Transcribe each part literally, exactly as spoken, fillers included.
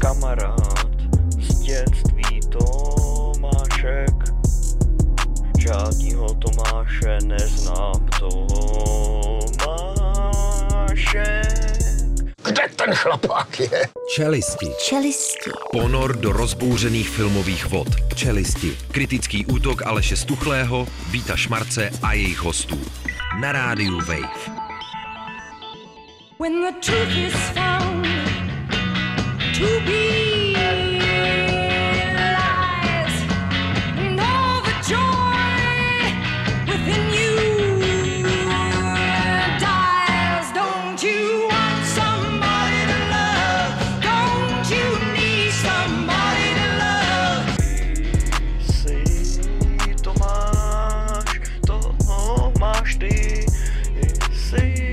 Kamarád z dětství Tomášek, žádnýho Tomáše neznám. Tomášek. Kde ten chlapák je? Čelisti. Čelisti. Ponor do rozbouřených filmových vod. Čelisti. Kritický útok Aleše Stuchlého, Víta Šmarce a jejich hostů. Na rádiu Wave. When the truth is found to be lies, and all the joy within you dies. Don't you want somebody to love? Don't you need somebody to love? Jsi Tomáš, Tomáš ty, jsi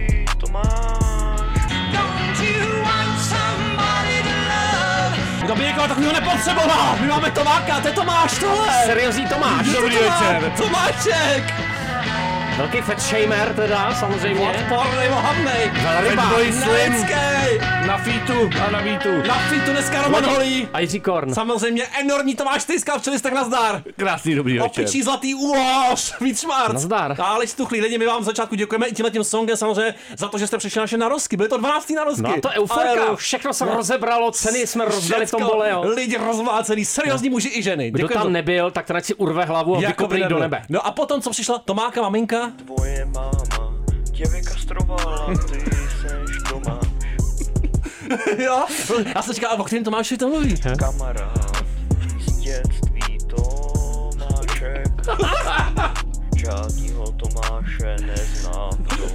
Kdo by někoho takového nepotřeboval? My máme Tomáka, to je Tomáš tohle! Seriózní Tomáš. Dobrý večer. Tomášek! Velký fat shamer teda, samozřejmě. Odpornej, ohavnej. Ryba, nemeckej. Na featu a na beatu. Na featu dneska Roman Holý. A Jiří Korn. Samozřejmě enormní Tomáš Tejskal v Čelistech, nazdar. Krásný dobrý večer. Opičí zlatý úlož, Vít Šmarc. Nazdar. Aleš Stuchlý, lidi, my vám v začátku děkujeme i tímhletím songem samozřejmě za to, že jste přišli naše narozky. Byly to dvanáctý narozky. No to euforka, všechno se rozebralo, ceny jsme rozdali v tom bole, jo. Lidi rozvácený, seriózní muži i ženy. Kdo tam nebyl, tak ten si urve hlavu a vykopne do nebe. No a potom, co přišla Tomáka maminka? Tvoje máma tě vykastrovala, ty seš Tomáš. Jo, já jsem říkal, o kterým Tomáši to mluví? Kamarád z dětství Tomášek, žádnýho Tomáše neznám.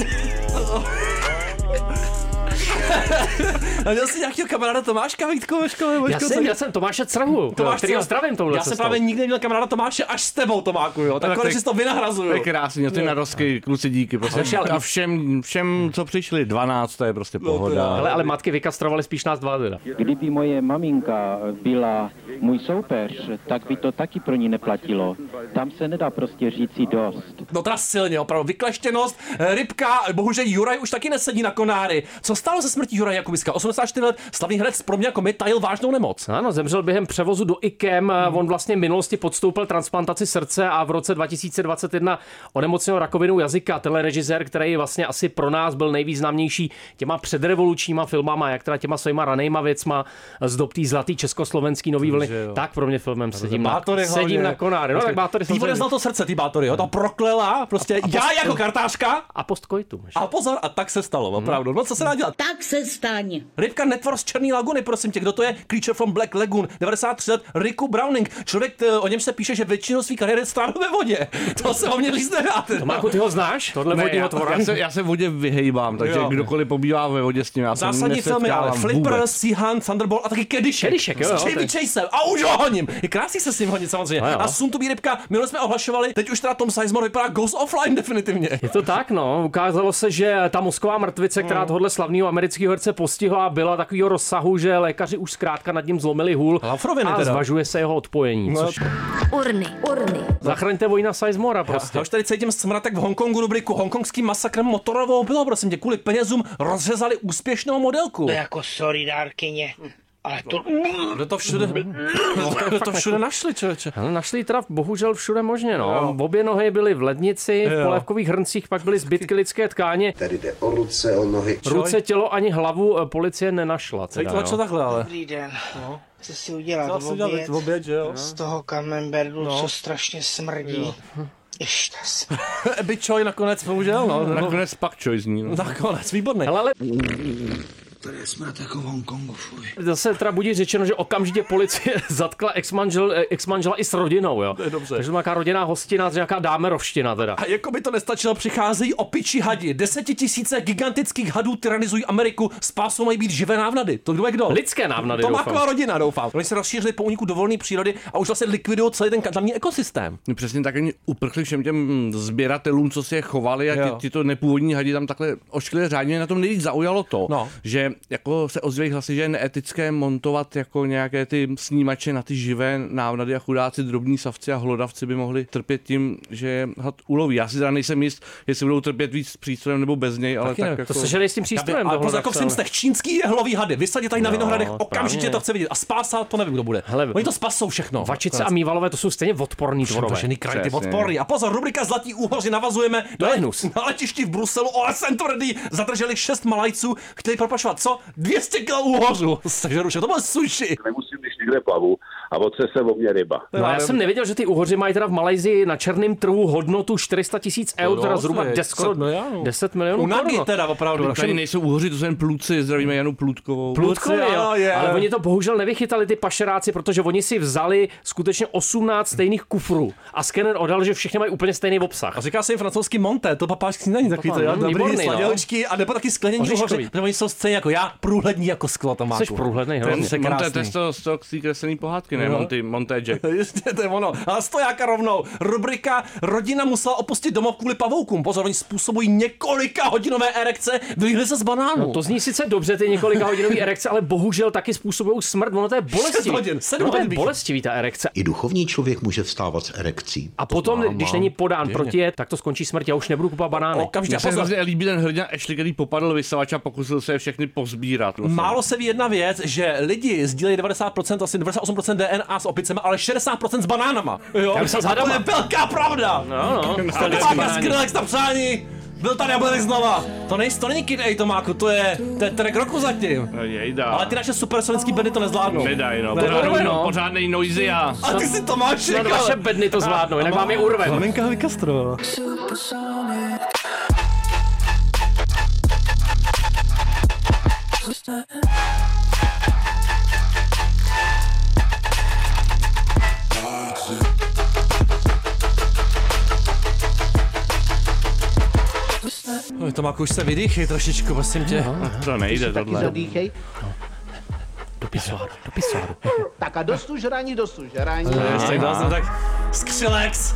A měl jsi nějakýho kamaráda Tomáška, Vítko, ve škole? Já jsem, já jsem Tomáše Crhu, Tomáš kterýho zdravím touhle Já jsem cestou. právě nikdy neměl kamaráda Tomáše až s tebou, Tomáku, jo. Tak konečně si to vynahrazuju. To je krásný, ty narozky, kluci, díky. Prostě. No, a všem, všem, co přišli, dvanáct, to je prostě pohoda. Ale, ale matky vykastrovali spíš nás dva teda. Kdyby moje maminka byla můj soupeř, tak by to taky pro ní neplatilo. Tam se nedá prostě říci dost. No teda silně, opravdu. Vykleštěnost, rybka, bohužel Juraj už taky nesedí na konáry. Co stalo se smrtí Juraje Jakubiska? osmdesát čtyři let, slavný herec, pro mě jako my, tajil vážnou nemoc. Ano, zemřel během převozu do IKEM, hmm. on vlastně v minulosti podstoupil transplantaci srdce a v roce dva tisíce dvacet jedna onemocněl rakovinou jazyka. Telerežisér, který vlastně asi pro nás byl nejvýznamnější těma předrevolučníma filmama, jak teda těma svýma ranejma věcma z dob tý zlatý československý nový vlny. Tak pro mě filmem sedím na, sedím na konáry. No tak Bátory samozřejmě. Ty znal to srdce, ty Bátory, jo, ta proklela, prostě a, a já post... jako kartářka. A postkoitum. A pozor, a tak se stalo, opravdu. No co se dá dělat? Tak se stane. Rybka netvor z Černý laguny, prosím tě, kdo to je? Creature from Black Lagoon, devadesát tři let, Riku Browning. Člověk, t, o něm se píše, že většinu svý kariéry strávil ve vodě. To se o mě říct nedá. Tomáku, ty ho znáš? Tohle ne, vodního já, tvora. Já se, já se vodě vyhejbám, takže jo. Kdokoliv pobývá ve vodě s tím, já zásadní filmy, ale Flipper, Seahan, Thunderbolt a taky Kedišek. Kedišek, jo, jo. S Chevy Chasem. A už ho honím. Je krásný se s ním honit samozřejmě. No, a Soon to be Rybka, minule jsme ohlašovali, teď už teda Tom Sizemore vypadá Ghost Offline definitivně. Je to tak, no. Ukázalo se, že ta mozková mrtvice, která tohle slavného amerického herce postihla, byla takového rozsahu, že lékaři už zkrátka nad ním zlomili hůl a teda. Zvažuje se jeho odpojení. No. Což... Urny, urny. Zachraňte Vojna Sizemora prostě. Já, já už tady cítím smratek v Hongkongu, rubriku Hongkongský masakrem motorovou bylo, prosím tě, kvůli penězům rozřezali úspěšnou modelku. To je jako sorry, dárkyně. Ale to... Kde to všude, kde to všude našli, člověče? Ale našli teda bohužel všude možně, no. Jo. Obě nohy byly v lednici, v polévkových hrncích pak byly zbytky lidské tkáně. Tady jde o ruce, o nohy. Ruce, tělo ani hlavu policie nenašla. Teda, to začalo takhle, ale. Dobrý den. No. Co si udělat Co v si udělat oběd? v oběd, že jo? Z toho camembertu, no. Co strašně smrdí. Ještas. Ebi Choi nakonec, bohužel, no. Nakonec pak Choi zní. No. Nakonec, výborný. Hele, ale... Tady je smrt jako v Hongkongu, fuj. Zase teda budí řečeno, že okamžitě policie zatkla ex-manžel, ex-manžela i s rodinou, jo. To je dobře. Takže nějaká rodinná hostina, nějaká dámerovština teda. A jako by to nestačilo, přicházejí opičí hadi. Desetitisíce gigantických hadů tyranizují Ameriku, s pásou mají být živé návnady. To kdo je kdo? Lidské návnady, Tomáková doufám. rodina, doufám. Oni se rozšířili po úniku do volné přírody a už vlastně likvidují celý ten tamní ekosystém. No přesně tak, oni uprchli všem těm sběratelům, co si je chovali a ti, ti to nepůvodní hadi tam takhle ošklili řádně. Na tom nejvíc zaujalo to, no. že jako se ozvějí hlasy, že je neetické montovat jako nějaké ty snímače na ty živé návnady a chudáci drobní savci a hlodavci by mohli trpět tím, že je had uloví. Já si teda nejsem jist, jestli budou trpět víc s přístrojem nebo bez něj, ale taky tak ne, jako... To seželi s tím přístrojem. Ale pozor, jako v Simstech čínský jehlový hady, vysadit tady na No, Vinohradech, okamžitě právě. to chce vidět. A spása, to nevím, kdo bude. Hele, Oni to spasou všechno. Vačice a mývalové, to jsou stejně odporný tvorové. Ženy kraj, ty Přesně. odporný. A pozor, rubrika Zlatí úhoři, navazujeme To na, je hnus. na letišti v Bruselu. O S N tvrdý, zadrželi šest Malajců, chtěli propašovat co? dvě stě kilo úhořů. Sežeru, to bylo sushi. Nemusím, když někde plavu a otře se o mě ryba. No, já jsem nevěděl, že ty úhoři mají teda v Malajsii na černém trhu hodnotu čtyři sta tisíc eur, teda zhruba deset milionů Unagi korun. teda opravdu. Tady nejsou úhoři, to jsou jen pluci, zdravíme Janu Plůtkovou. Plůtkovi, Pluci, jo. ano, je. Ale oni to bohužel nevychytali ty pašeráci, protože oni si vzali skutečně osmnáct stejných kufrů a skener odhal, že všechny mají úplně stejný obsah. A říká se jim francouzský monté, to papáš snídaní takový to, Papá, jo, mm, dobrý výborný, no. sladělečky a nebo taky sklenění Oříškový. úhoři, protože oni jsou stejně jako já, průhlední jako sklo, to má. Jsi průhlednej, Ten hrozně. Monté, to je z toho- z toho z té kreslený pohádky, ne? Jo. Monty, Monté Jack. Jistě, to je ono. A stojáka rovnou. Rubrika Rodina musela opustit domov kvůli pavoukům. Pozor, oni způsobují několika hodinové erekce, vylíhli se z banánu. No, to zní sice dobře, ty několika hodinový erekce, ale bohužel taky způsobují smrt. Ono to je bolestivý. Šest hodin, sedm Ono to je hodin bych- bolestivý, ta erekce. I duchovní člověk může vstávat s erekcí. A potom, znám, když mám. není podán Běžně. proti je, tak to skončí smrtí. Já už nebudu kupovat banány. Okamžitě Mně se pozor. hrozně líbí ten hrdina Ashley, který popadl vysavač a pokusil se je všechny pozbírat. vlastně. Málo se ví jedna věc, že lidi sdílejí devadesát procent, asi devadesát osm procent D N A s opicemi, ale šedesát procent s banánama. Jo? Já myslím s A to hadama. je velká pravda. No, no. Tomáka Skrillex na přání. Byl tady a bude znova. To, nej, to není Kid A, Tomáku, to je, to je track roku zatím. No jejda. Ale ty naše supersonický bandy to nezvládnou. Nedaj, no. Ne, Pořádný, ne, no. no. Pořádnej noisy a... A ty si to máš, Snad vaše bedny to zvládnou, jinak vám je urvem. Flamenka ho vykastrovala. Oj, Tomáku, už se vydýchej trošičku, prosím tě. To nejde tohle. Zadýchej. Do pisoáru, do pisoáru. Tak a dostu žraní, dostu žraní. Ještě dal jsem tak Skřilex.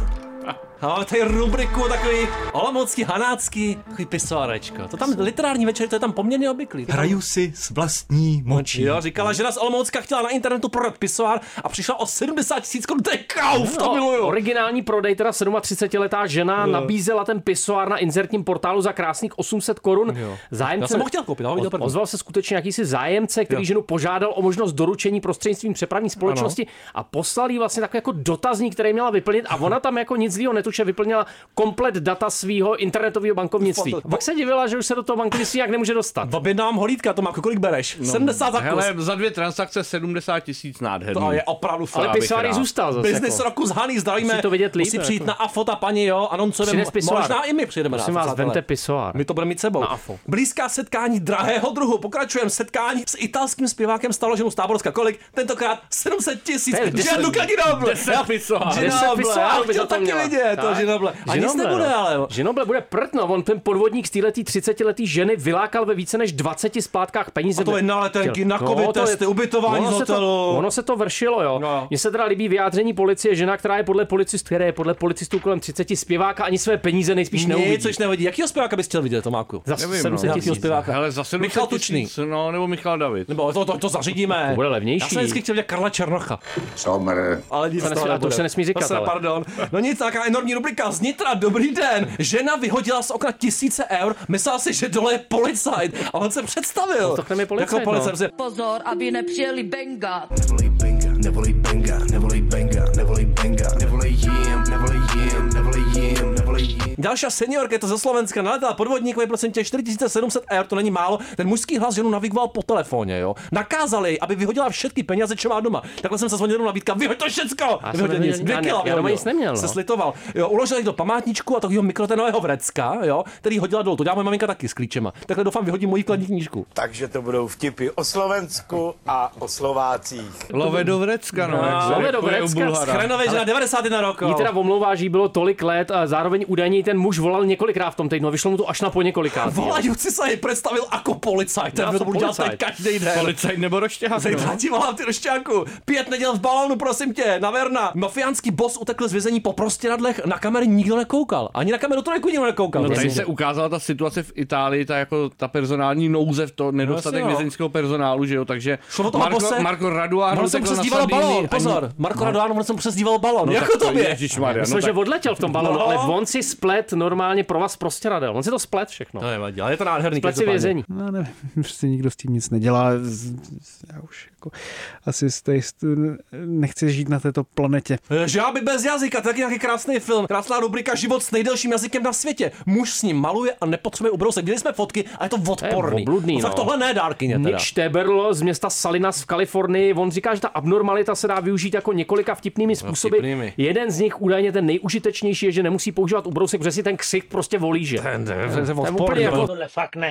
A máme tady rubriku takový olomoucký, hanácký, takový pisoárečko. To tam literární večer, to je tam poměrně obvyklý. To tam- Hraju si s vlastní močí. Jo, říkala žena z Olomoucka, chtěla na internetu prodat pisoár a přišla o sedmdesát tisíc korun, to je kauf, to miluju. Originální prodej, teda třicetisedmiletá žena nabízela ten pisoár na inzertním portálu za krásných osm set korun. Zájemce... Já jsem ho chtěl koupit, já ho viděl první. Ozval se skutečně jakýsi zájemce, který Jo. ženu požádal o možnost doručení prostřednictvím přepravní společnosti a poslal jí vlastně takový jako dotazník, který měla vyplnit a ona tam jako nic zlýho netuše vyplnila komplet data svého internetového bankovnictví. Foto- Pak se divila, že už se do toho bankovnictví jak nemůže dostat. Objednám holítka, to má kolik bereš? sedmdesát za kus. Hele, za dvě transakce sedmdesát tisíc nádherný. To je opravdu fakt. Ale pisoár jí zůstal zase. Business jako. roku z Haný, zdravíme. Musí to vidět líp, Musí přijít jako. na Afota, paní, jo, anoncujeme. Přines pisoár. Možná i my přijedeme Prosím na vás, Afota, vemte přátelé. pisoár. My to budeme mít sebou. Na Afo. Blízká setkání drahého druhu. Pokračujeme setkání s italským zpěvákem Staloženou z Táborska. Kolik? Tentokrát sedm set tisíc. To je deset- Gianluca Ginobili. deset pisoár. Deset Ginobili. pisoárů Já by chtěl to taky měla. vidět to Tak. Ginobili. A nic Ginobili, nebude, no. ale. Ginobili bude prd, no, on ten podvodník z téhletý třicetiletý ženy vylákal ve více než dvaceti splátkách peníze. A to je na letenky, na covid to je- testy, ubytování ono z se to- hotelu. Ono se to vršilo, jo. No. Mně se teda líbí vyjádření policie, žena, která je podle policistů, které je podle policistů kolem třiceti zpěváka, ani své peníze nejspíš neuvidí. Nic, což nevidí. Jakýho zpěváka bys chtěl vidět, Tomáku? Za Nevím, sedm set no. tisíc. zpěváka. Hele, za sedm set Michal Tučný. tisíc, no, nebo Michal David. Nebo to, to, to zařídíme. To bude levnější. Já jsem vždycky chtěl vidět Karla Černocha. Somr. Ale nic To z nesmí- toho a to nebude. už se nesmí říkat, To se, ale. pardon. No nic, taková enormní rubrika z Nitra. Dobrý den. Žena vyhodila z okna tisíce eur, myslela si, že dole je policajt. A on se představil. No, to k nám je policajt, Jako policajt. no. Pozor, aby nepřijeli benga. Nevolej benga, nevolej benga, nevolej benga, nevolej benga, nevolej jim, nevolej jim, nevolej jim, nevolej jim. Další seniorka, je to ze Slovenska, naletala podvodníkovi prosím tě čtyři tisíce sedm set eur, to není málo. Ten mužský hlas ženu navigoval po telefoně, jo. Nakázali jej, aby vyhodila všechny peníze, co má doma. Takhle jsem se zvonil na Vítka, vyhoď to všecko. Já Vyhodil jsem nic, nevěděl, dvě já ne- kila já doma vyhodil. nic neměl, no. Se slitoval. Jo, uložil jich do památníčku a takového mikrotenového vrecka, jo, který hodila dolů. To dělá moje maminka taky s klíčema. Takhle doufám vyhodí moji vkladní knížku. Takže to budou vtipy o Slovensku a o Slovácích. Love do vrecka, no. No, jak se love do řekuje u vrecka, Bulhara. Chrenové, že na devadesát jedna rokov. Jí teda omlouvá, že jí bylo tolik let a zároveň údajně ten ten muž volal několikrát v tom týdnu, vyšlo mu to až na po několikrát. Volající se ji představil jako policajt, ten to budu dělat teď každý den. Policajt nebo rošťák. Zítra ti volám ty rošťáku. Pět neděl v balónu, prosím tě, na Verna. Mafiánský boss utekl z vězení po prostěradlech, na kamery nikdo nekoukal. Ani na kameru to nikdo nekoukal. No, tady se ukázala ta situace v Itálii, ta jako ta personální nouze, v to nedostatek no, vězeňského personálu, že jo, takže Marko, Marko Raduano on se přezdíval balón, pozor, ani... Marko Raduano, on se přezdíval balón, no, jako to je. Ježišmarja, Myslím, no, že tak... odletěl v tom balónu, no. Ale on si splet normálně pro vás prostěradel, on si to splet všechno. No nevadí, ale je to nádherný. Splet si vězení. No nevím, prostě nikdo s tím nic nedělá, já už jako asi z té, nechci žít na této planetě. Žáby bez jazyka, taky nějaký krásný film, krásná rubrika Život s nejdelším jazykem na světě. Muž s ním maluje a nepotřebuje ubrousek. Viděli jsme fotky a je to odporný. Obludný, no. Fakt tohle ne, dárkyně teda. Nick Šteberl z města Salinas v Kalifornii, on říká, že ta abnormalita se dá využít jako několika vtipnými způsoby. No, vtipnými. Jeden z nich, údajně ten nejužitečnější, je, že nemusí používat ubrousek, protože si ten ksich prostě volíže. Ten, ten, ten, ten odporný. Jako... Tohle fakt ne.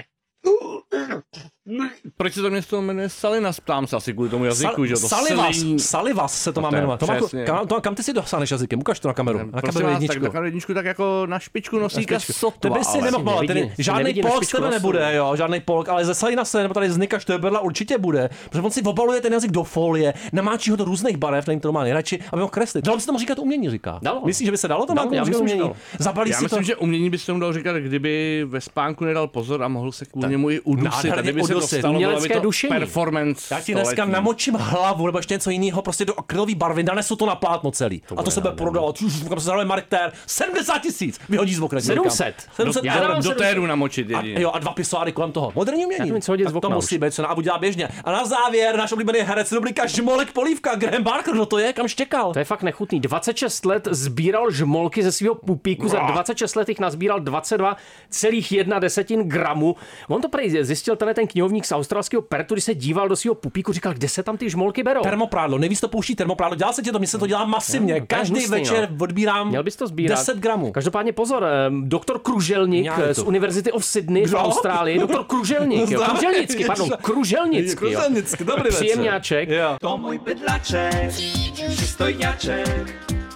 Proč se to město jmenuje Salinas? Ptám se asi kvůli tomu jazyku, Sal- že to Salivas, silí... Salivas se to má jmenovat. Kam, kam, kam ty si dosáhneš jazykem? Ukaž to na kameru. Na kameru jedničku. Tak na jedničku tak jako na špičku nosíka sotva. Tebe si nemohl malovat, žádný polk z tebe nebude, jo, žádný polk, ale ze Salinase nebo tady z Nika Šteberla určitě bude, protože on si obaluje ten jazyk do folie, namáčí ho do různých barev, nevím, to má nejradši, aby ho kreslit. Dalo by se tomu říkat umění, říká. Myslíš, že by se dalo to dalo, já myslím, umění? Zabalí já si myslím, to. že umění by se tomu dalo říkat, kdyby ve spánku nedal pozor a mohl se kvůli němu i udusit, tady by se dostalo, bylo by to performance. Já ti dneska namočím hlavu nebo ještě něco jiného prostě do akrylové barvy, nanesu to na plátno celý. To a to se bude prodávat. Kam se zahraje Marktér, sedmdesát tisíc. Vyhodí z okna. sedm set. sedm set do téru namočit jedině. Jo, a dva pisoáry kolem toho. Moderní umění. Tak to musí být, co na Abu dělá běžně. A na závěr náš oblíbený herec rubrika Žmolek Polívka. Graham Barker, kdo to je? Kam štěkal? To je fakt nechutný. dvacet šest let sbíral žmolky ze svého pupíku, za dvacet šest let jich nazbíral dvacet dva celá jedna desetin gramu. On to prej zjistil tenhle ten knihovník z australského Pertu, když se díval do svého pupíku, říkal, kde se tam ty žmolky berou. Termoprádlo, nejvíc to pouští termoprádlo. Dělá se tě to, mně se to dělá masivně. No, každý hnusný, večer no. odbírám Měl bys to sbírat. deset gramů. Každopádně pozor, doktor Kruželník z Univerzity of Sydney Kdo? v Austrálii. Doktor Kruželník, jo. Kruželnický, pardon, Kruželnický. Kruželnický, dobrý večer. Příjemňáček. Jo. To můj bydlaček, přistojňaček,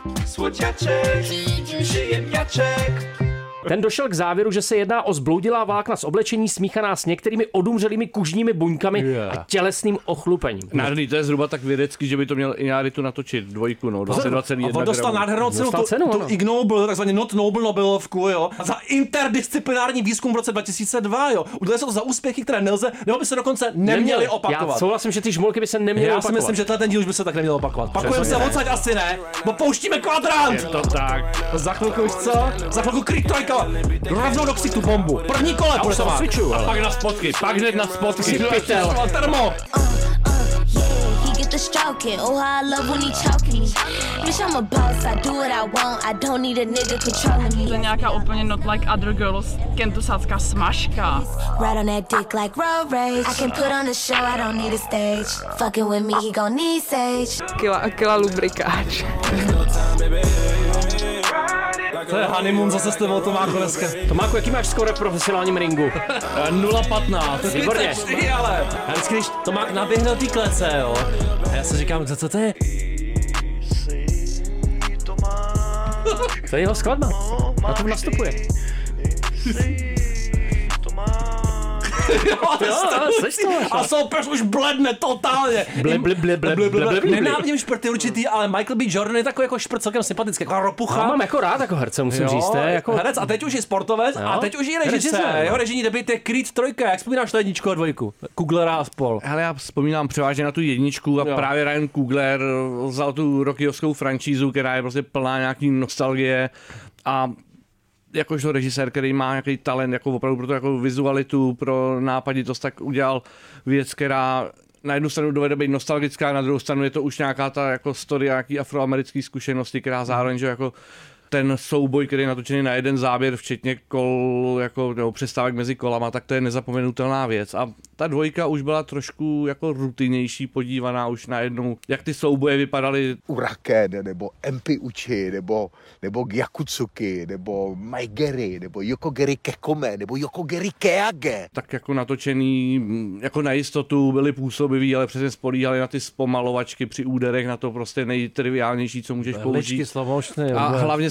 svodňaček, příjemňaček. Ten došel k závěru, že se jedná o zbloudilá vlákna z oblečení smíchaná s některými odumřelými kužními buňkami yeah. a tělesným ochlupením. Nádherný, to je zhruba tak vědecký, že by to měl Iñárritu natočit dvojku, no, dvacet dva celá jedna On dostal nádhernou cenu, dostal cenu, tu, tu Ig Nobel, takzvaně Not Nobel Nobelovku, jo, za interdisciplinární výzkum v roce dva tisíce dva, jo. Udělali se to za úspěchy, které nelze, nebo by se dokonce neměly opakovat. Já souhlasím, že ty žmolky by se neměly Já opakovat. si myslím, že ten díl už by se tak neměl opakovat. Pakujeme se odsaď asi ne, bo pouštíme kvadrant. Je to tak. Za chvilku už co? Za chvilku Creed trojka. Rovnou do ksichtu bombu. První kole bude to má. A pak na spotky, pak hned na spotky. Pytel. Termo. The stroking, oh how I love when he choking me. Bitch, I'm a boss, I do what I want, I don't need a nigga controlling me. To je nějaká úplně not like other girls, kentusácká smažka. Right on that dick like road rage. I can put on a show, I don't need a stage. Fucking with me, he gon' need sage. Kila, kila lubrikáč. To je honeymoon zase s tebou, Tomáko, dneska. Tomáku, jaký máš skoro v profesionálním ringu? nula patnáct. Výborně. Ale já vždycky, když Tomák naběhne do té klece, jo. A já si říkám, co to je? To je jeho skladba. Na tom nastupuje. Jo, a soupeř už bledne totálně. Ble, ble, ble, ble, ble, ble, ble. Nenávidím šprty určitý, ale Michael B. Jordan je takový jako šprt celkem sympatický, jako ropucha. Já mám jako rád jako herce, musím jo, říct. Je jako... herec a teď už je sportovec jo. A teď už je režisér. Jeho režijní debut je Creed trojka. Jak vzpomínáš na jedničku a dvojku? Kuglera a spol. Hele, já vzpomínám převážně na tu jedničku a jo. Právě Ryan Coogler vzal tu Rockyovskou franšízu, která je prostě plná nějaký nostalgie a jakožto režisér, který má nějaký talent jako opravdu pro to jako vizualitu, pro nápaditost, tak udělal věc, která na jednu stranu dovede být nostalgická, na druhou stranu je to už nějaká ta jako story, nějaký afroamerický zkušenosti, která zároveň, že jako ten souboj, který je natočený na jeden záběr, včetně kol, jako, nebo přestávek mezi kolama, tak to je nezapomenutelná věc. A ta dvojka už byla trošku jako rutinnější, podívaná už na jednou, jak ty souboje vypadaly. Uraken, nebo Empi Uchi, nebo, nebo Gyakutsuki, nebo Maigeri, nebo Yokogeri Kekome, nebo Yokogeri Keage. Tak jako natočený, jako na jistotu byly působivý, ale přesně spolíhali na ty zpomalovačky při úderech, na to prostě nejtriviálnější, co můžeš použít. A hlavně se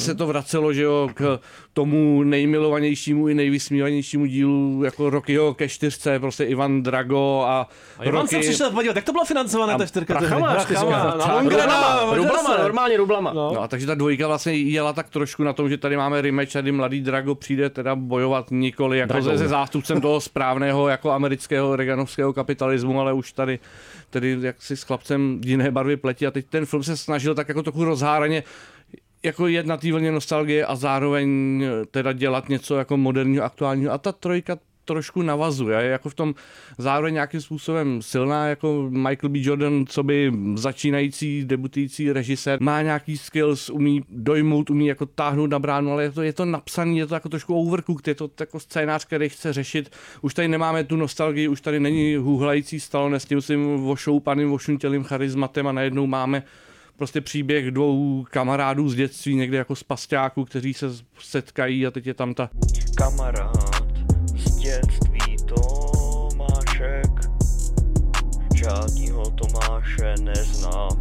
se to vracelo, že jo, k tomu nejmilovanějšímu i nejvysmívanějšímu dílu jako Rockyho ke čtyřce, prostě Ivan Drago a, a Ivan Rocky... se přišel podívat, jak to bylo financované, ta čtyřka? Prachama, rublama, rublama, normálně rublama. No. no a takže ta dvojka vlastně jela tak trošku na tom, že tady máme rematch, tady mladý Drago přijde teda bojovat nikoli jako se, se zástupcem toho správného jako amerického reaganovského kapitalismu, ale už tady tedy jaksi s chlapcem jiné barvy pleti a teď ten film se snažil tak jako trochu rozháraně jako jet na té vlně nostalgie a zároveň teda dělat něco jako moderního, aktuálního a ta trojka trošku navazuje, je jako v tom zároveň nějakým způsobem silná, jako Michael B. Jordan, co by začínající, debutující režisér, má nějaký skills, umí dojmout, umí jako táhnout na bránu, ale je to, je to napsaný, je to jako trošku overcooked, je to jako scénář, který chce řešit. Už tady nemáme tu nostalgii, už tady není hůhlající Stallone s tím svým vošoupaným, vošuntělým charizmatem a najednou máme prostě příběh dvou kamarádů z dětství, někde jako z pasťáků, kteří se setkají a teď je tam ta... Kamarád z dětství Tomášek, žádnýho Tomáše neznám,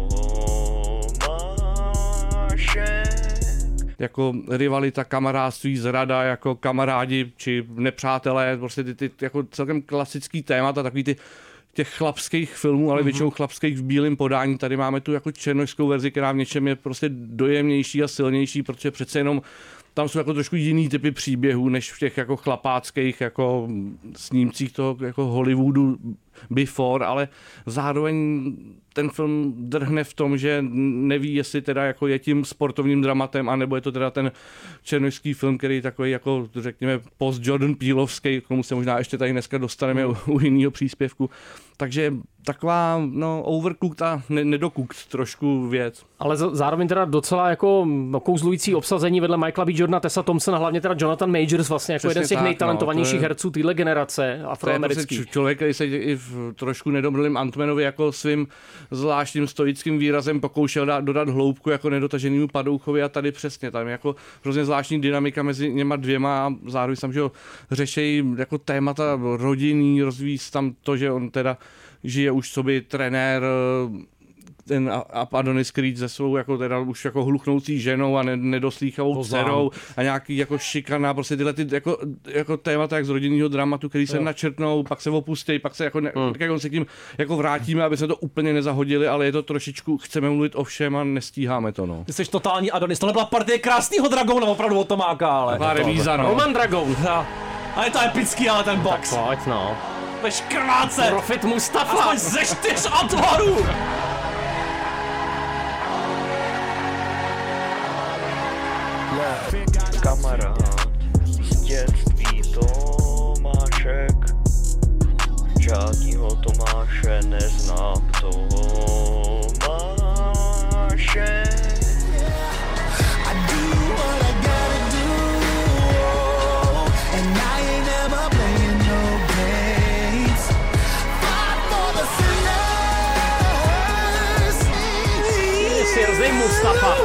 Tomášek. Jako rivalita, kamarádství, zrada, jako kamarádi či nepřátelé, prostě ty, ty jako celkem klasický témata, takový ty těch chlapských filmů, ale většinou chlapských v bílém podání. Tady máme tu jako černošskou verzi, která v něčem je prostě dojemnější a silnější, protože přece jenom tam jsou jako trošku jiný typy příběhů, než v těch jako chlapáckých jako snímcích toho jako Hollywoodu before, ale zároveň ten film drhne v tom, že neví, jestli teda jako je tím sportovním dramatem, anebo je to teda ten černošský film, který je takový jako, řekněme, post-Jordan Peelovský, k tomu se možná ještě tady dneska dostaneme u, u jiného příspěvku. Takže taková, no, overcooked a ne- nedocooked trošku věc. Ale zároveň teda docela jako kouzlující obsazení vedle Michaela B. Jordana, Tessa Thompsona, hlavně teda Jonathan Majors, vlastně jako jeden z těch tak, nejtalentovanějších no, je, herců téhle generace afroamerický. To je člověk, který se i v trošku nedomrlým Ant-Manovi jako svým zvláštním stoickým výrazem pokoušel dát, dodat hloubku jako nedotaženému Padouchovi a tady přesně. Tam je jako hrozně zvláštní dynamika mezi něma dvěma a zároveň sam, že ho řešejí jako témata rodinný, rozvíjí tam to, že on teda žije už sobě trenér, ten Adonis Creed se svou jako teda už jako hluchnoucí ženou a ne, nedoslýchavou dcerou a nějaký jako šikana, prostě tyhle ty jako, jako témata jak z rodinného dramatu, který se jo. načrtnou, pak se opustí, pak se jako, ne, hmm. jako se k tím jako vrátíme, aby se to úplně nezahodili, ale je to trošičku, chceme mluvit o všem a nestíháme to, no. Ty jsi totální Adonis, tohle byla partie krásného Dragouna, opravdu od Tomáka, ale. Taková remíza, no. Roman Dragoun. No. A je to epický, ale ten box. Tak pojď, no. Budeš krvácet. Profit Mustafa. Aspoň ze čtyř otvorů. Kamarád z dětství Tomášek, žádnýho Tomáše neznám, Tomášek. Sirzej Mustafa.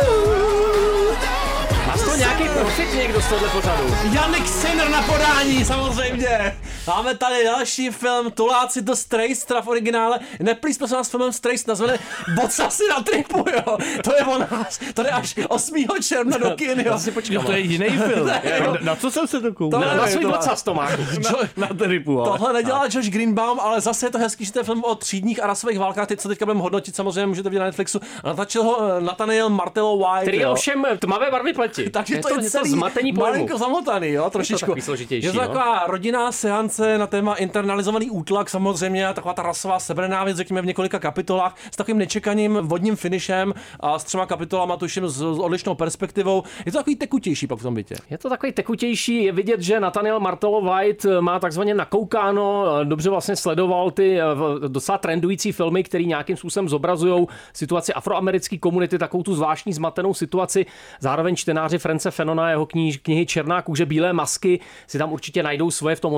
Máš to nějaký profit někdo z tohle pořadu? Jannik Sinner na podání, samozřejmě. Máme tady další film Tuláci do Strays, teda v originále. Neplýs prosím vás filmem Strays, nazvaný Bocasi na tripu, jo. To je o nás, to je až osmého června do kin, jo. Jo, to je jiný film. Ne, na, na co jsem se to koukal? Na, na svůj bocas to má. Na tripu, ale. Tohle nedělá Josh Greenbaum, ale zase je to hezký, že to je film o třídních a rasových válkách, teď co teďka budeme hodnotit, samozřejmě můžete vidět na Netflixu. A natačil ho Nathaniel Martello White, který je ovšem tmavé barvy pleti. Takže je to, to je celý zmatený malinko zamotaný, jo, trošičku. Je to, je to taková rodinná seance na téma internalizovaný útlak, samozřejmě, a taková ta rasová sebenenávěst, řekněme v několika kapitolách, s takovým nečekaným vodním finishem a s třema kapitolama, tuším, s, s odlišnou perspektivou. Je to takový tekutější pak v tom bytě. Je to takový tekutější, je vidět, že Nathaniel Martello White má takzvaně nakoukáno, dobře vlastně sledoval ty docela trendující filmy, které nějakým způsobem zobrazují situaci afroamerické komunity, takovou tu zvláštní zmatenou situaci. Zároveň čtenáři France Fanona, jeho kníž, knihy Černá kůže, bílé masky si tam určitě najdou svoje v tom motivu hrdinky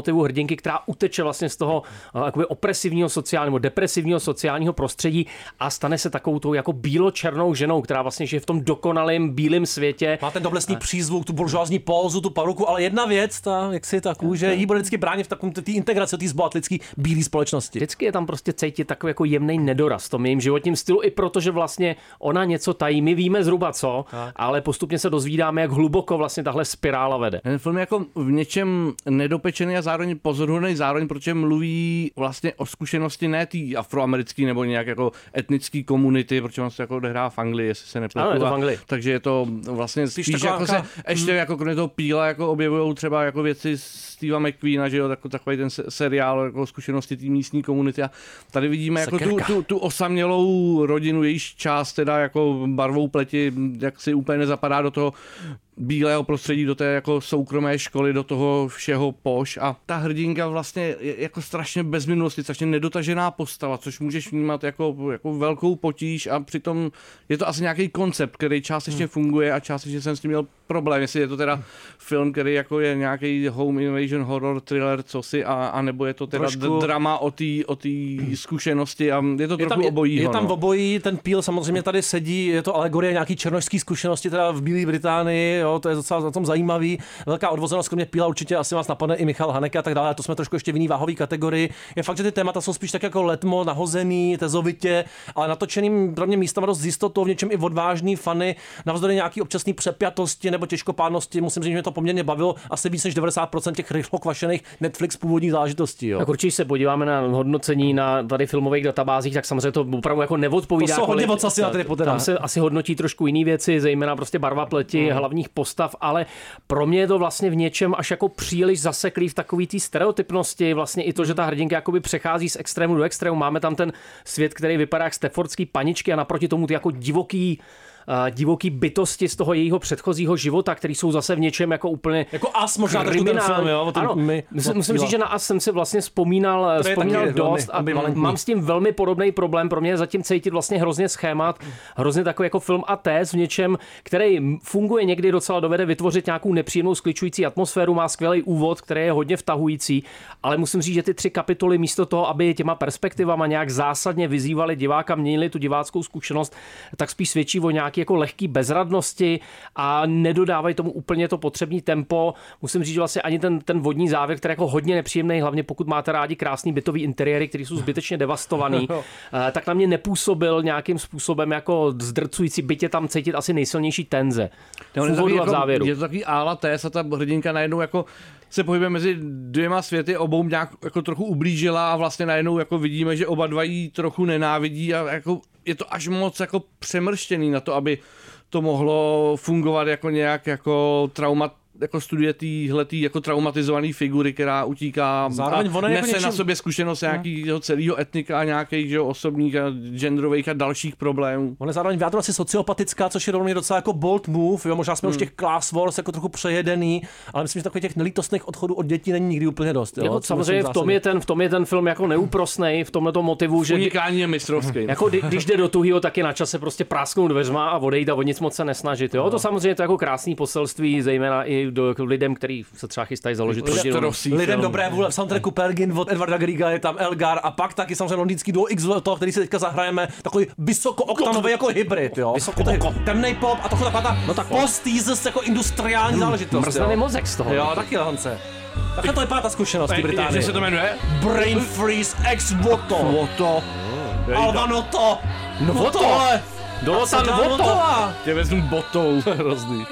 hrdinky, která uteče vlastně z toho uh, jakoby opresivního sociálního, depresivního sociálního prostředí a stane se takovou tou jako bílo-černou ženou, která vlastně žije v tom dokonalém bílém světě. Má ten doblesný přízvuk, tu buržoázní pózu, tu paruku, ale jedna věc, ta, jak si ta kůže, jí bude vždycky bránit v takovém té integraci té zbohatlické bílé společnosti. Vždycky je tam prostě cítit takový jako jemný nedoraz v tom jejím životním stylu, i protože vlastně ona něco tají. My víme zhruba co, tak. ale postupně se dozvídáme, jak hluboko vlastně tahle spirála vede. Ten film je jako v něčem nedopečený a zároveň pozoruhodný, zároveň protože mluví vlastně o zkušenosti ne té afroamerické nebo nějak jako etnické komunity, protože on se jako odehrává v Anglii, jestli se nepletu. Ano, je to v Anglii. Takže je to vlastně spíš, spíš jako se ještě jako kromě toho Píla jako objevují třeba jako věci Steva McQueena, že jo, tak, takový ten seriál jako zkušenosti té místní komunity a tady vidíme jako tu, tu, tu osamělou rodinu, jejíž část teda jako barvou pleti, jak si úplně nezapadá do toho bílého prostředí, do té jako soukromé školy, do toho všeho poš a ta hrdinka vlastně je jako strašně bez minulosti, strašně nedotažená postava, což můžeš vnímat jako, jako velkou potíž a přitom je to asi nějaký koncept, který částečně funguje a částečně jsem s tím měl problém, jestli je to teda film, který jako je nějaký home invasion horror thriller, cosi a, a nebo je to teda Trošku... drama o té o zkušenosti a je to je trochu tam, obojího. Je tam no. obojí, ten Píl samozřejmě tady sedí, je to alegorie nějaký černošský zkušenosti teda v Bílé Británii, jo, to je docela na tom zajímavý. Velká odvozenost kromě Píla určitě asi vás napadne i Michal Haneke a tak dále, a to jsme trošku ještě v jiný váhový kategorii. Je fakt, že ty témata jsou spíš tak jako letmo, nahozený, tezovitě, ale natočeným pro mě místama dost s jistotou, v něčem i odvážný, fany, navzdory nějaký občasný přepjatosti nebo těžkopádnosti. Musím říct, že mě to poměrně bavilo, asi víc než devadesát procent těch rychlokvašených Netflix původních záležitostí. Jo. Tak určitě se podíváme na hodnocení na tady filmových databázích, tak samozřejmě to opravdu jako neodpovídá. To jsou hodně moc asi na tady potera. Tam se asi hodnotí trošku jiný věci, zejména prostě barva pleti, hmm. hlavních postav, ale pro mě je to vlastně v něčem až jako příliš zaseklý v takový té stereotypnosti, vlastně i to, že ta hrdinka jakoby přechází z extrému do extrému. Máme tam ten svět, který vypadá jak staffordský paničky a naproti tomu ty jako divoký Uh, divoký bytosti z toho jejího předchozího života, který jsou zase v něčem jako úplně jako As možná trošku ten film, jo? Ano, my, musím, musím říct, že na As jsem si vlastně vzpomínal, vzpomínal dost a mám s tím velmi podobný problém. Pro mě je zatím cítit vlastně hrozně schémat, hrozně takový jako film a téz v něčem, který funguje někdy docela, dovede vytvořit nějakou nepříjemnou skličující atmosféru, má skvělý úvod, který je hodně vtahující, ale musím říct, že ty tři kapitoly místo toho, aby těma perspektivama nějak zásadně vyzývali diváka, měnili tu diváckou zkušenost, tak spíš svědčí o nějaký jako lehký bezradnosti a nedodávají tomu úplně to potřebný tempo. Musím říct, že vlastně ani ten, ten vodní závěr, který je jako hodně nepříjemný, hlavně pokud máte rádi krásný bytový interiéry, které jsou zbytečně devastovaný, tak na mě nepůsobil nějakým způsobem jako zdrcující, byť je tam cítit asi nejsilnější tenze. V úvodu a v závěru. Je to takový ála téz a ta hrdinka najednou jako se pohybuje mezi dvěma světy, obou nějak jako trochu ublížila a vlastně najednou jako vidíme, že oba dva jí trochu nenávidí a jako je to až moc jako přemrštěný na to, aby to mohlo fungovat jako nějak jako traumat, jako studie týhletý jako traumatizovaný figury, která utíká zároveň a nese jako něčím... na sobě zkušenost nějakého celého etnika a nějakých že, osobních a genderových a dalších problémů. On je zároveň vyjádřena asi sociopatická, což je rovně docela jako bold move, jo? Možná jsme hmm. už těch class wars jako trochu přejedený, ale myslím, že takových těch nelítostných odchodů od dětí není nikdy úplně dost. Jo? Jako, samozřejmě v tom, je ten, v tom je ten film jako neúprosnej, v tomto motivu, že unikání je mistrovský. Jako když jde do tuhýho, tak je na čase prostě prásknout dveřma a odejít a o nic moc se nesnažit. Jo? No. To samozřejmě to jako krásný poselství, zejména i do lidem, kteří se třeba chystají založit rodinu. Lidem dobré vůle v soundtracku Pergin od Edvarda Griega je tam Elgar a pak taky samozřejmě londýnský duo X, toho, který si teďka zahrajeme, takový vysokooktanový jako hybrid, jo. Temnej pop a taková taková ta no tak post-teasers jako industriální hmm. záležitost. Mrznený mozek z toho. Jo, taky Lance. Takhle to vypadá ta zkušenost v Británii. Jak se to jmenuje? Brain Freeze ex voto. Voto. Alvanoto. No voto. Dolosan voto. Tě vezmu botou. Hrozný.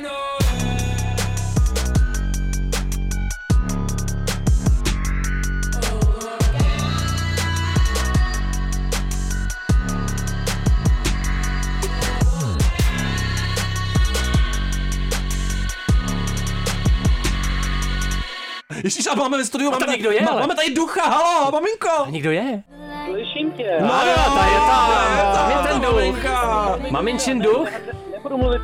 Ježíš, a máme ve studiu, máme, tady, je, máme tady ducha, halo, maminko. A někdo je? Slyším tě. No jo, ta je tam, tam je ten duch. Maminčin duch? Nebudu mluvit prostě.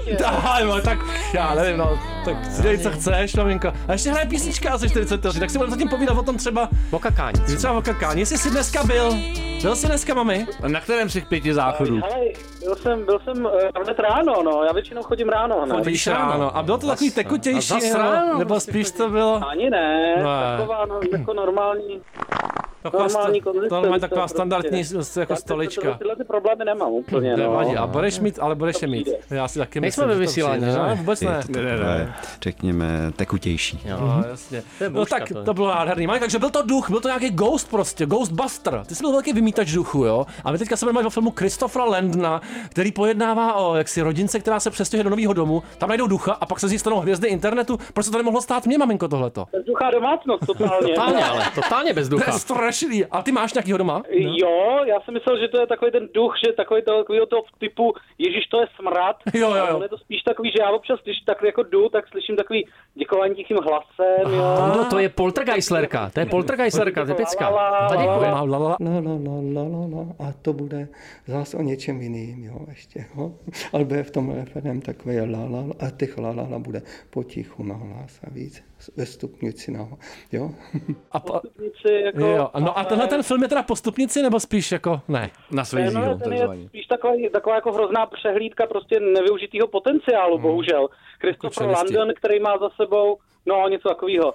Daj, no, tak já nevím, no, tak si dělej, co chceš, maminko. A ještě hraje písnička asi čtyřicet vteřin, tak si budeme zatím povídat o tom třeba... O kakání. Třeba o kakání. Jestli jsi dneska byl, byl jsi dneska, mami? A na kterém z těch pěti záchodů? Ale byl jsem, byl jsem uh, hned ráno, no, já většinou chodím ráno, ne? Chodíš ráno. A bylo to takový tekutější, A zas ráno? nebo spíš to bylo... Ani ne, Ne. taková no, jako normální, Taková, normální sta- konzistence. to má taková prostě. standardní jako Já stolička. Tyhle ty problémy nemám úplně, no. Nevadí, a budeš mít, ale budeš je mít. Já si taky Nejsme myslím, ve že to vysílání, přijde. že? Ne, vůbec ne. Je to takové, řekněme, tekutější. No, jasně. To je No bouška, tak to je. to bylo nádherný. Maj, takže byl to duch, byl to nějaký ghost prostě, Ghostbuster. Ty jsi byl velký vymítač duchu, jo? A my teďka se budeme o filmu Christophera Landna, který pojednává o jaksi rodince, která se přestěhuje do nového domu, tam najdou ducha a pak se z ní stanou hvězdy internetu. Proč se to nemohlo stát mě, maminko, tohleto? Bezduchá domácnost, totálně. Totálně, ale totálně bez To ducha. je strašný. A ty máš nějakýho doma? Jo, já jsem myslel, že to je takový ten duch, že takový to, takovýho toho typu, ježiš, to je smrad. Jo, jo, jo. Ale je to spíš takový, že já občas, když tak jako jdu, tak slyším takový děkování tichým hlasem, jo. No, to je poltergeistlerka, to je poltergeistlerka, typická. Ta děkuje. La, la, la. No, no, no, no, no, no, a to bude zase o něčem jiným, jo, ještě, jo. Ale bude v tom referém takový la, la, la, a těch la, la, la bude potichu nahlas a víc, ve stupnici, no, jo. A pa, Stupnici, jako, jo, no a tenhle ten film je teda po stupnici, nebo spíš jako, ne? Na Ne, Swayzeho, no, ten je takzvaně. spíš takový, taková jako hrozná přehlídka prostě nevyužitýho potenciálu, Hmm. bohužel. Christopher Jako čelisti. Landon, který má za sebou, no něco takového,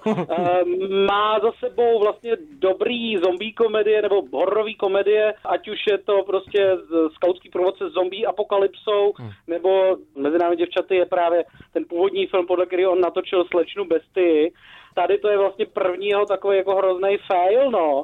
má za sebou vlastně dobrý zombie komedie nebo hororový komedie, ať už je to prostě z- skautský průvodce zombie apokalypsou, Hmm. nebo Mezi námi děvčaty je právě ten původní film, podle kterého on natočil Slečnu Bestii. Tady to je vlastně první jeho takový jako hrozný fail, no.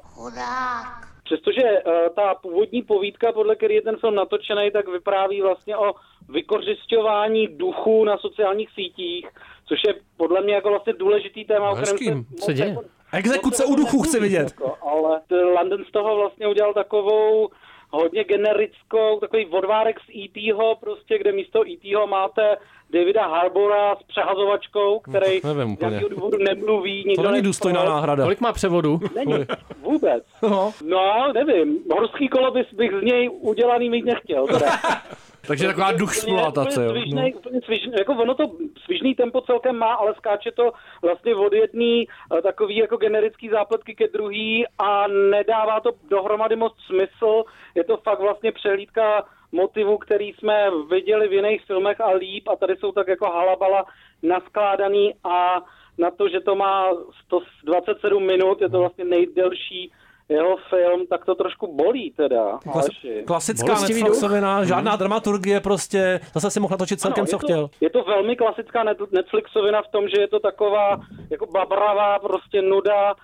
Přestože uh, ta původní povídka, podle které je ten film natočený, tak vypráví vlastně o vykořisťování duchů na sociálních sítích, což je podle mě jako vlastně důležitý téma, o kterém Hezkým. se Co moc děje? jako- Exekuce moc u duchů jako chci vidět. Jako, ale t- London z toho vlastně udělal takovou hodně generickou, takový odvárek z E T ho prostě, kde místo E T ho máte Davida Harbora s přehazovačkou, který Nevím z úplně. nějakého důvodu nemluví. nikdo To není nechce. důstojná náhrada. Kolik má převodu? Není, vůbec. No. No, nevím. Horský kolo bys, bych z něj udělaný mít nechtěl. Teda. Takže taková duchsploatace, jo. Úplně svižnej, úplně svižnej, jako ono to svižný tempo celkem má, ale skáče to vlastně od jedný eh, takový jako generický zápletky ke druhý a nedává to dohromady moc smysl. Je to fakt vlastně přehlídka motivů, který jsme viděli v jiných filmech a líp a tady jsou tak jako halabala naskládaný a na to, že to má sto dvacet sedm minut, je to vlastně nejdelší jeho film, tak to trošku bolí teda. Klasi- Aleši. klasická Bolestivý Netflixovina, žádná dramaturgie prostě, zase si mohl natočit celkem, Ano, co je to, chtěl. Je to velmi klasická net- Netflixovina v tom, že je to taková jako babravá prostě nuda.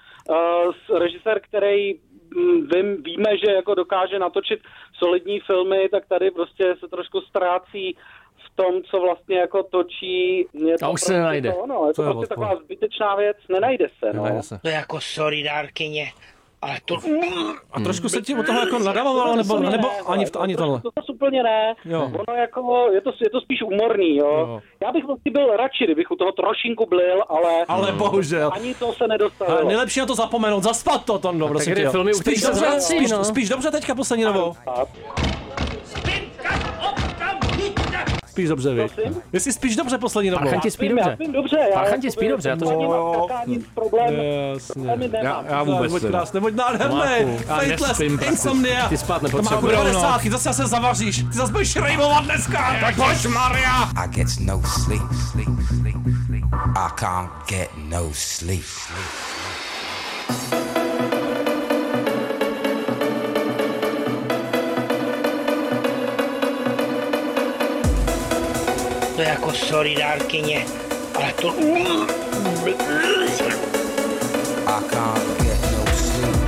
Uh, režisér, který mm, vím, víme, že jako dokáže natočit solidní filmy, tak tady prostě se trošku ztrácí v tom, co vlastně jako točí. Je to A už se prostě nenajde. To, no, je to, To je prostě odpor. taková zbytečná věc, nenajde se. No. Nevajde se. To je jako sorry, dárkyně, ale to... A trošku se ti od toho jako nadávalo, nebo, nebo ani, v to, ani tohle. To zase úplně ne. Jo. Ono jako, je to, je to spíš humorný, jo. Jo. Já bych vlastně byl radši, kdybych u toho trošinku blil, ale... Ale bohužel. Ani to se Ale nedostavilo. nejlepší na to zapomenout, zaspat to, Tondo, prosím kdy tě. jo. filmy, u Spíš kterých se dobře, vrací, spíš, no. spíš dobře teďka poslední dobou. Spíš dobře, vy. Prosím? Jestli spíš dobře poslední dobou. Parchanti spí Já dobře. spím dobře. já Parchanti jako spí by- dobře, já to ani řeknu. nemám takání problém. Jasně. Problémy nemám. Já, já vůbec Buď ne. krásný, buď nádherný. Já Faithless, nespím prakticky. insomnia. Ty spát To má nepotřebuješ. devadesátky, zase se zavaříš. Ty zase budeš rejmovat dneska. Tak pojď, Maria. I get no sleep. I can't get no sleep. To je jako sorry, dárkyně, ale to... I can't get no sleep.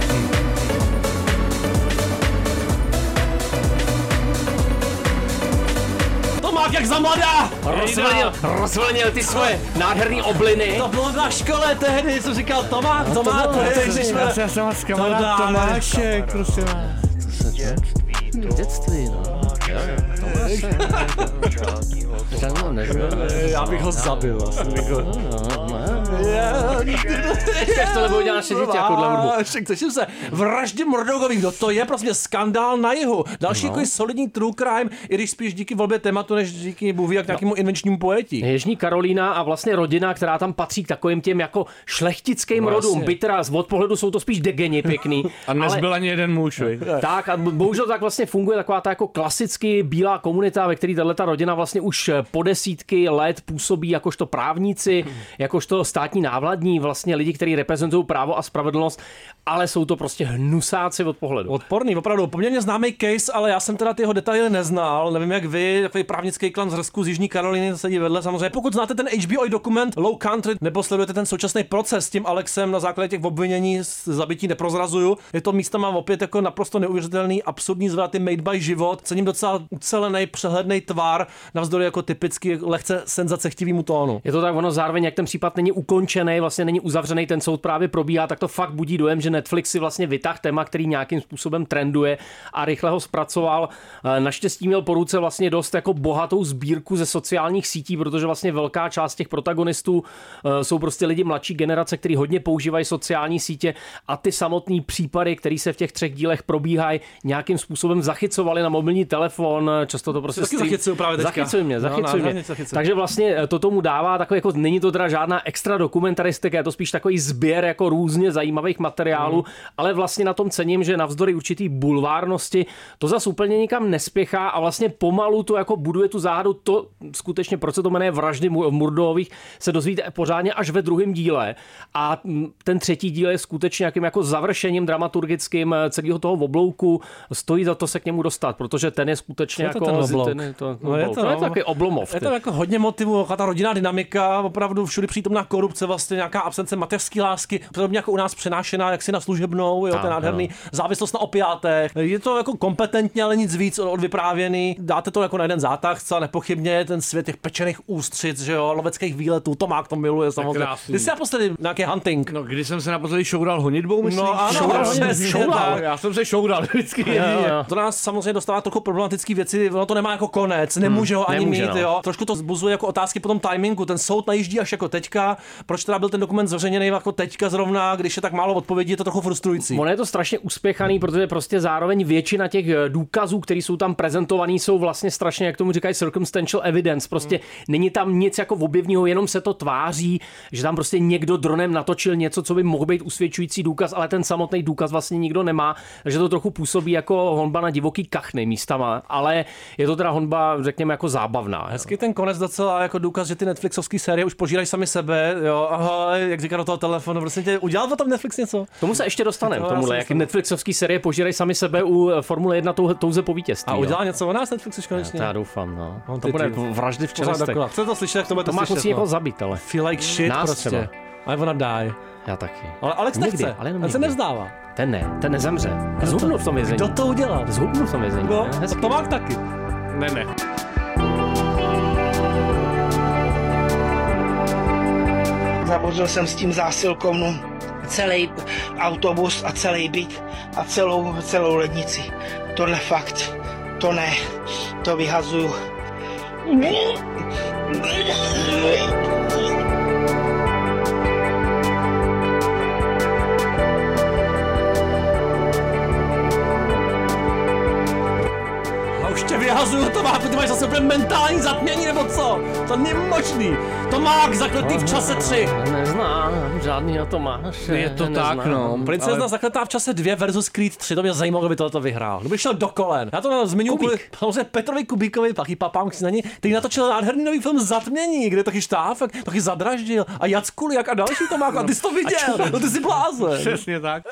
To má jak za mladá. Rozvlnil, rozvlnil ty svoje nádherný obliny. To bylo na škole tehdy, jsem říkal Tomák, Tomák, bylo, to je, to když bylo. jsme... Já jsem vás To kamarád dáme. Tomášek, prosím vás. Dětství, no. Já bych ho zabil. Jak tohle budou dělat naše děti jako dle hudbu. Těším se. Vraždy Murdauchových, kdo to je? Prostě skandál na jihu. Další No. jako solidní true crime, i když spíš díky volbě tématu, než díky Bůh ví, jak nějakému invenčnímu pojetí. Jižní Karolína a vlastně rodina, která tam patří k takovým těm jako šlechtickým Vlastně. rodům. Byť teda od pohledu jsou to spíš degeni pěkný. A nezbyl ani jeden muž, viď? Tak a bohužel tak vlastně funguje taková ta jako klasicky bílá komunita, ve které tato rodina vlastně už po desítky let působí jakožto právníci, jakožto státní návladní, vlastně lidi, kteří reprezentují právo a spravedlnost, ale jsou to prostě hnusáci od pohledu. Odporný, opravdu poměrně známý case, ale já jsem teda ty jeho detaily neznal. Nevím jak vy, takový právnický klan z Hrsku z Jižní Karoliny sedí vedle. Samozřejmě, pokud znáte ten H B O dokument Low Country, nebo sledujete ten současný proces s tím Alexem na základě těch obvinění z zabití, neprozrazuju. Je to místama opět jako naprosto neuvěřitelný, absurdní zvraty made by život. Cením docela ucelený, přehledný tvar, navzdory jako typicky lehce senzacechtivýmu tónu. Je to tak, ono zároveň, jak ten případ není ukončený, vlastně není uzavřený, ten soud právě probíhá, tak to fakt budí dojem, že Netflix si vlastně vytáhl téma, který nějakým způsobem trenduje a rychle ho zpracoval. Naštěstí měl po ruce vlastně dost jako bohatou sbírku ze sociálních sítí, protože vlastně velká část těch protagonistů jsou prostě lidi mladší generace, kteří hodně používají sociální sítě a ty samotný případy, které se v těch třech dílech probíhají, nějakým způsobem zachycovali na mobilní telefon, často to prostě taky zachycuju právě teďka. Zachycuj mě, zachycuj no, mě. no, zachycuj. Takže vlastně to tomu dává takový jako, není to teda žádná extra dokumentaristika, je to spíš takový sběr jako různě zajímavých materiálů, mm. ale vlastně na tom cením, že navzdory určitý bulvárnosti to zas úplně nikam nespěchá a vlastně pomalu to jako buduje tu záhadu, to skutečně, proč se to jmenuje Vraždy Murdauchových, se dozvíte pořádně až ve druhém díle a ten třetí díl je skutečně nějakým jako završením dramaturgickým celého toho oblouku, stojí za to se k němu dostat, protože ten je skutečně je to jako ten oblouk? ten je to, No je to, to je no. takový oblomov. Je to jako hodně motivů, ta rodinná dynamika, opravdu všude přítomná korupce, vlastně nějaká absence mateřské lásky, podobně jako u nás přenášená jaksi na služebnou, jo, Tak, ten nádherný no. závislost na opiátech. Je to jako kompetentně, ale nic víc odvyprávěný. Dáte to jako na jeden zátah, zcela nepochybně, ten svět těch pečených ústřic, že jo, loveckých výletů, Tomák to miluje samozřejmě. Ty jsi naposledy nějaký hunting. No, když jsem se naposledy šoural honitbou, myslím? No ano, šoural, přesně šoural. tak. Já jsem se šoural vždycky. Jo, jo. To nás samozřejmě dostává trochu problematické věci, ono to nemá jako konec, nemůže ho ani nemůže, mít, no. jo. Trošku to zbuzuje jako otázky po tom timingu, ten soud najíždí až jako teďka, proč teda byl ten dokument zveřejněný jako teďka zrovna, když je tak málo odpovědí, je to trochu frustrující. Ono je to strašně uspěchaný, protože prostě zároveň většina těch důkazů, které jsou tam prezentovaný, jsou vlastně strašně, jak tomu říkají, circumstantial evidence. Prostě hmm. není tam nic jako objevního, jenom se to tváří, že tam prostě někdo dronem natočil něco, co by mohl být usvědčující důkaz, ale ten samotný důkaz vlastně nikdo nemá, takže to trochu působí jako honba na divoký kachny místama, ale je to teda honba, řekněme, jako zábavná. Hezky ten konec docela jako důkaz, že ty Netflixovské série už požírají sami sebe, jo, ahoj, jak říká do toho telefonu, prostě tě, udělal o tom Netflix něco? Tomu se ještě dostaneme, To tomuhle, já jak jsem Netflixovské série požírají sami sebe u Formule jedna tou, touze po vítězství. A jo. udělal něco o nás Netflix už konečně? Já, já doufám, no. On To ty bude ty. vraždy v čelistech. Chcete to slyšet, jak to bude To to má slyšet, musí no. někoho zabít, ale. Feel like shit Nás prostě. třeba. I wanna die. Já taky. Ale Alex Někdy, nechce, ale jenom ten se někdy. nevzdává. Ten ne, ten nezemře. Zhubnul v tom vězení. Kdo to udělal? Zhubnul v tom vězení. No, ne? Hezky. to má taky. Ne, ne. Zavozil jsem s tím zásilkovnu celý autobus a celý byt a celou, celou lednici. Tohle fakt, to ne, to vyhazuju. A už tě vyhazuju, Tomáku, ty máš zase úplně mentální zatmění, nebo co? To není možný. Tomák, zakletý v čase tři. Neznám, žádnýho Tomáš. Je to neznám. tak, no. Princezna Ale- zakletá v čase dvě versus Creed tři, to mě zajímalo, kdyby tohle vyhrál. Kdyby šel do kolen. Já to zmiňuji kvůli samozřejmě Petrovi Kubíkovi, taky papám si na ní, který natočil nádherný nový film Zatmění, kde taky Štáfek, taky zadraždil a Jac Kuliak a další Tomáku. A ty jsi to viděl, no ty jsi blázen. Přesně tak.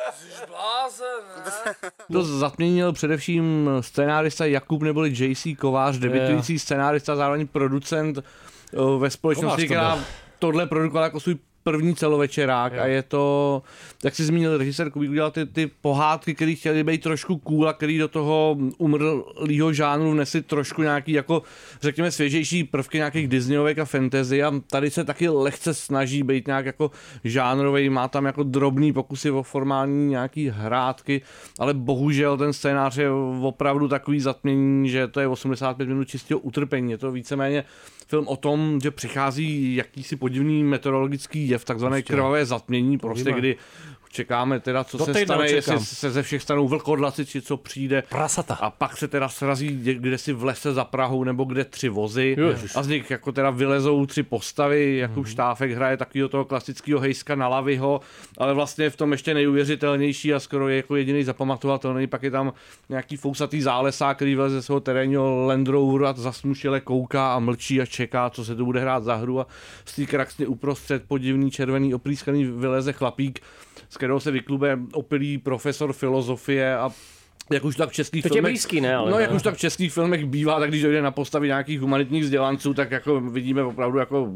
To zatměnil především scénárista Jakub neboli J C Kovář, debitující scénárista, zároveň producent o, ve společnosti, Kovář to která byl. tohle produkovala jako svůj první celovečerák Jo. a je to, jak jsi zmínil, režisér Kubík udělal ty, ty pohádky, které chtěly být trošku cool a který do toho umrlýho žánru vnesli trošku nějaký, jako řekněme, svěžejší prvky nějakých Disneyovek a fantasy a tady se taky lehce snaží být nějak jako žánrovej, má tam jako drobný pokusy o formální nějaký hrátky, ale bohužel ten scénář je opravdu takový zatmění, že to je osmdesát pět minut čistého utrpení. Je to víceméně film o tom, že přichází jakýsi podivný meteorologický jev, takzvané Prostě. krvavé zatmění, prostě Víme. kdy čekáme teda, co Do se týdne stane, očekám. jestli se ze všech stanou vlkodlaci, či co přijde. Prasata. A pak se teda srazí kde si v lese za Prahou, nebo kde tři vozy. Ježiš. A z nich jako teda vylezou tři postavy, jako Štáfek hraje takového toho klasického Hejska na Laviho, ale vlastně v tom ještě nejuvěřitelnější a skoro je jako jediný zapamatovatelný, pak je tam nějaký fousatý zálesák, který vyleze ze svého terénního Land Roveru a zasmušile kouká a mlčí a čeká, co se to bude hrát za hru a z té kraxny uprostřed podivný červený oprýskaný vyleze chlapík, z kterého se vyklube opilý profesor filozofie a jak už tak v českých To tě filmech, blízký, ne? Ale no, ne. jak už tak v českých filmech bývá, tak když dojde na postavy nějakých humanitních vzdělanců, tak jako vidíme opravdu jako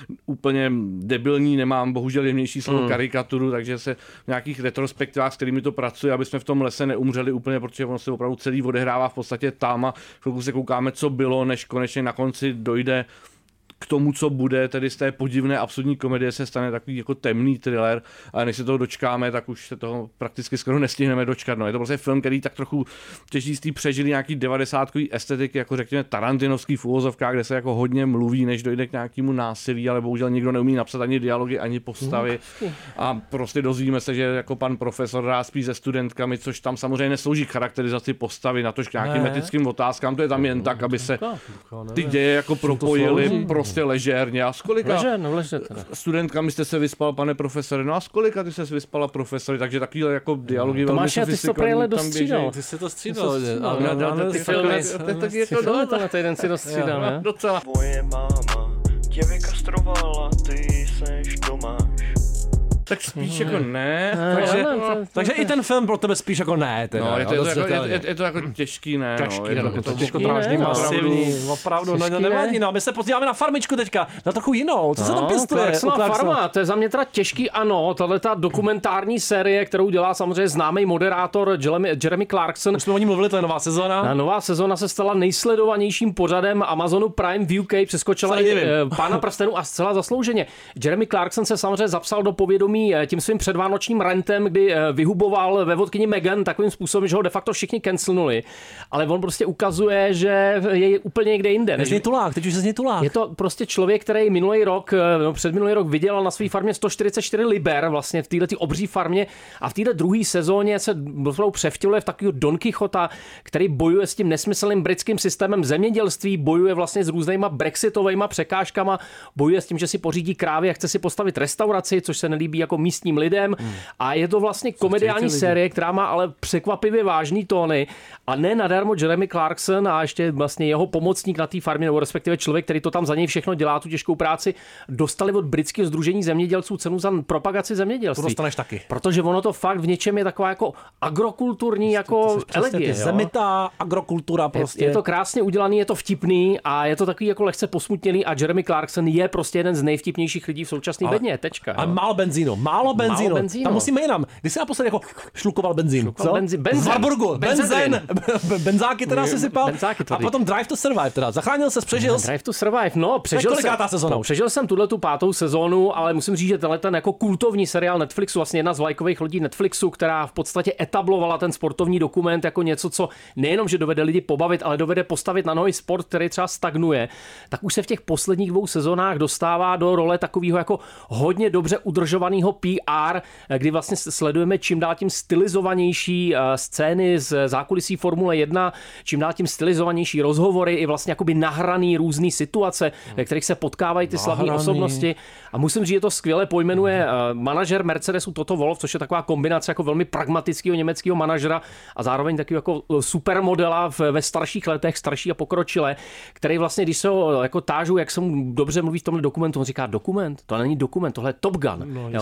úplně debilní, nemám bohužel jemnější slovo Hmm. karikaturu, takže se v nějakých retrospektivách, s kterými to pracuje, aby jsme v tom lese neumřeli úplně, protože ono se opravdu celý odehrává v podstatě tam a chvilku se koukáme, co bylo, než konečně na konci dojde k tomu, co bude, tedy z té podivné absurdní komedie se stane takový jako temný thriller, ale než se toho dočkáme, tak už se toho prakticky skoro nestihneme dočkat. No, je to prostě film, který tak trochu těží z té přežili nějaký devadesátkový estetiky, jako řekněme Tarantinovský v úvozovkách, kde se jako hodně mluví, než dojde k nějakému násilí, ale bohužel nikdo neumí napsat ani dialogy, ani postavy. A prostě dozvíme se, že jako pan profesor hrá spíš se studentkami, což tam samozřejmě neslouží k charakterizaci postavy, natož k nějakým Ne. etickým otázkám, to je tam jen tak, aby se nevím. ty děje jako Čím to propojily slouží? prostě ležérně. A s kolika Ležer, no ležer teda. studentkami jste se vyspal, pane profesore? No a s kolika ty se vyspala, profesory? Takže takovýhle jako dialogy velmi Tomáši, a ty jsi to prý ale sofistikovaný tam dostřídal. běžejí. Ty jsi to střídal. Ty jsi to ale- střídal, ale- ale ale ty ty filmy- filmy- to je taky ty jako Filmy dole. tenhle týden si dostřídal, ne? Docela. Tvoje máma tě vykastrovala, ty seš Tomáš. Tak spíš jako ne. Takže, ale to- takže i ten film pro tebe spíš jako ne. Teda, No, je to, jo, je, to dost jako, je, detailně. je, je to jako těžký, ne? Těžký, no, je to, no, je to, těžkotrážný, ne, masivní, opravdu, no, Těžký, no, ne? nevadí, no, my se podíváme na farmičku teďka, na trochu jinou, co se tam pěstuje? Clarksona u Clarksona? farma, to je za mě teda těžký, ano, tahle ta dokumentární série, kterou dělá samozřejmě známý moderátor Jeremy, Jeremy Clarkson. Už jsme o ní mluvili, to je nová sezóna. A nová sezóna se stala nejsledovanějším pořadem Amazonu Prime v U K, přeskočila Se i nedivím. eh, Pána prstenů a zcela zaslouženě. Jeremy Clarkson se samozřejmě zapsal do povědomí eh, tím svým předvánočním rantem, kdy eh, vyhuboval ve vodkyni Meghan takovým způsobem, že ho de facto všichni cancelnuli, ale on prostě ukazuje, že je úplně někde jinde. Než něj tulák, teď už je z něj tulák. Je to prostě člověk, který minulý rok, eh, no, před minulý rok vydělal na své farmě sto čtyřicet čtyři liber vlastně v této obří farmě a v této druhé sezóně se opravdu převtěluje v takového Don Quixota, který bojuje s tím nesmyslným britským systémem zemědělství, bojuje vlastně s různýma brexitovými překážkama, bojuje s tím, že si pořídí krávy a chce si postavit restauraci, což se nelíbí jako místním lidem. Hmm. A je to vlastně komediální série, která má ale překvapivě vážný tóny a ne nadarmo Jeremy Clarkson a ještě vlastně jeho pomocník na té farmě, nebo respektive člověk, který to tam za něj všechno dělá, tu těžkou práci, dostali od britského sdružení zemědělců cenu za propagaci zemědělství. To dostaneš taky. Protože ono to fakt v něčem je taková jako agrokulturní jako elegie. jo. Zemitá agrokultura prostě. Je, je to krásně udělaný, je to vtipný a je to takový jako lehce posmutněný a Jeremy Clarkson je prostě jeden z nejvtipnějších lidí v současné Ale- bedně, tečka. A jo. málo benzínu, málo benzínu. Málo benzínu. Tam musíme jinam. Kdy jsi naposledy jako šlukoval benzín? Šlukoval co? benzín. Benzen. V Warburgu. Benzedrin. Benzen. Benzáky teda si sypal. Benzáky A tady. potom Drive to Survive teda. Zachránil ses, přežil jsi. Drive to Survive, no, přežil jsem, kolikátá sezóna no, už? přežil jsem tuhle tu pátou sezónu, ale musím říct, že tenhle ten jako kultovní seriál Netflixu, vlastně jedna z vlajkových lodí Netflixu, která v podstatě etablovala ten sportovní dokument jako něco, co nejenom, že dovede lidi pobavit, ale dovede postavit na nohy sport, který třeba stagnuje, tak už se v těch posledních dvou sezónách dostává do role takového jako hodně dobře udržovaného P R, kdy vlastně sledujeme čím dál tím stylizovanější eh, scény z zákulisí Formule jedna, čím dál tím stylizovanější rozhovory i vlastně jakoby nahraný různý situace, ve kterých se potkávají ty slavné Nahraný. osobnosti. A musím říct, že to skvěle pojmenuje eh, manažer Mercedesu Toto Wolff, což je taková kombinace jako velmi pragmatického německého manažera a zároveň takový jako supermodela v, ve starších letech, starší a pokročilé, který vlastně, když se ho jako tážu, jak se mu dobře mluví v tomhle dokumentu, on říká dokument, to není dokument, tohle je Top Gun. No, jo.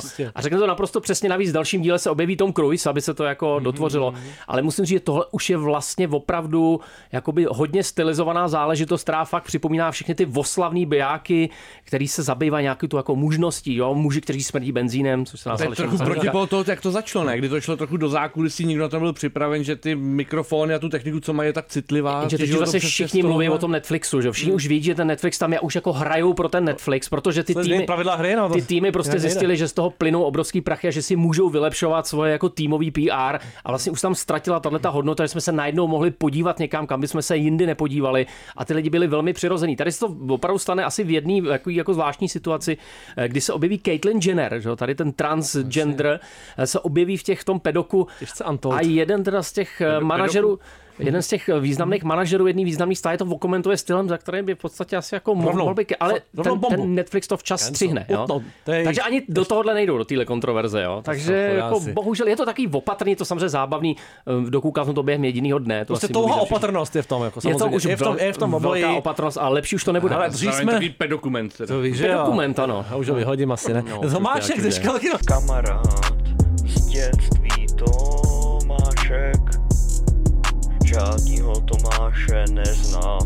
a řekne to naprosto přesně. Navíc v dalším díle se objeví Tom Cruise, aby se to jako mm-hmm. dotvořilo. Ale musím říct, že tohle už je vlastně opravdu jakoby hodně stylizovaná záležitost, která fakt připomíná všechny ty oslavný bijáky, který se zabývají nějakou tu jako mužností, jo, muži, kteří smrdí benzínem, což se nás ale trochu protipol toho, jak to začalo, ne? Kdy to šlo trochu do zákulisí, nikdo na to byl připraven, že ty mikrofony a tu techniku, co mají, je tak citlivá. Že teď vlastně všichni mluví o tom Netflixu, že všichni hmm. už ví, že ten Netflix tam je, už jako hrajou pro ten Netflix, protože ty týmy, hry, no, ty týmy prostě zjistili, že z toho plynou obrovský prachy a že si můžou vylepšovat svoje jako týmový P R a vlastně už tam ztratila tato hodnota, že jsme se najednou mohli podívat někam, kam bychom se jindy nepodívali a ty lidi byli velmi přirození. Tady se to opravdu stane asi v jedné jako, jako zvláštní situaci, kdy se objeví Caitlyn Jenner, že? Tady ten transgender se objeví v těch v tom pedoku a jeden teda z těch manažerů Jeden z těch významných manažerů, jedný významný stáje to okomentuje stylem, za kterým by v podstatě asi jako mohl být, ale ten, ten Netflix to včas střihne. Jo? Takže ani do tohohle nejdou, do téhle kontroverze. Jo? Takže jako, bohužel je to takový opatrný, to samozřejmě zábavný, dokoukal jsem to během jedinýho dne. To prostě touha opatrnost je v tom. Jako, je to už je v tom, je v tom velká opatrnost a lepší už to nebude. Ale dřív jsme... Takový pedokument. To víš, pedokument, ano. Já už ho vyhodím asi, ne? Tomášek, teďka taky no. Kamarád z dětství Tomášek. Žádnýho Tomáše neznám,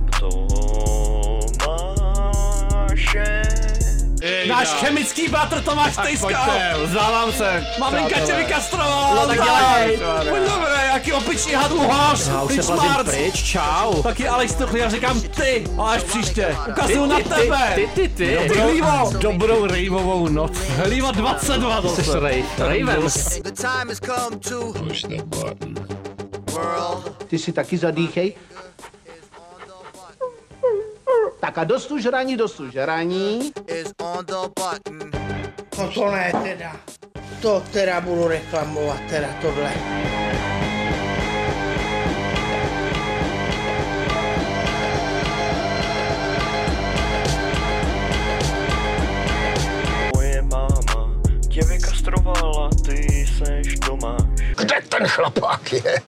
Tomáše. Náš chemický bratr Tomáš Tejska. Vzdávám se. Maminka tě vykastrovala. No tak dělej. Pojď dobré, jaký opičný had uhář. Já už se plazím pryč, čau. Taky Alex Tuchlý, já říkám ty, ale až příště. Ukazuju na tebe. Ty, ty, ty. Hlívo. Dobrou rejvovou noc. Hlíva dvacet dva zase. Raven. Ty si taky zadýchej. Tak a dostu žraní, dostu žraní. No to ne teda. To teda budu reklamovat, teda tohle. Moje máma tě vykastrovala, ty seš Tomáš. Kde ten chlapák je?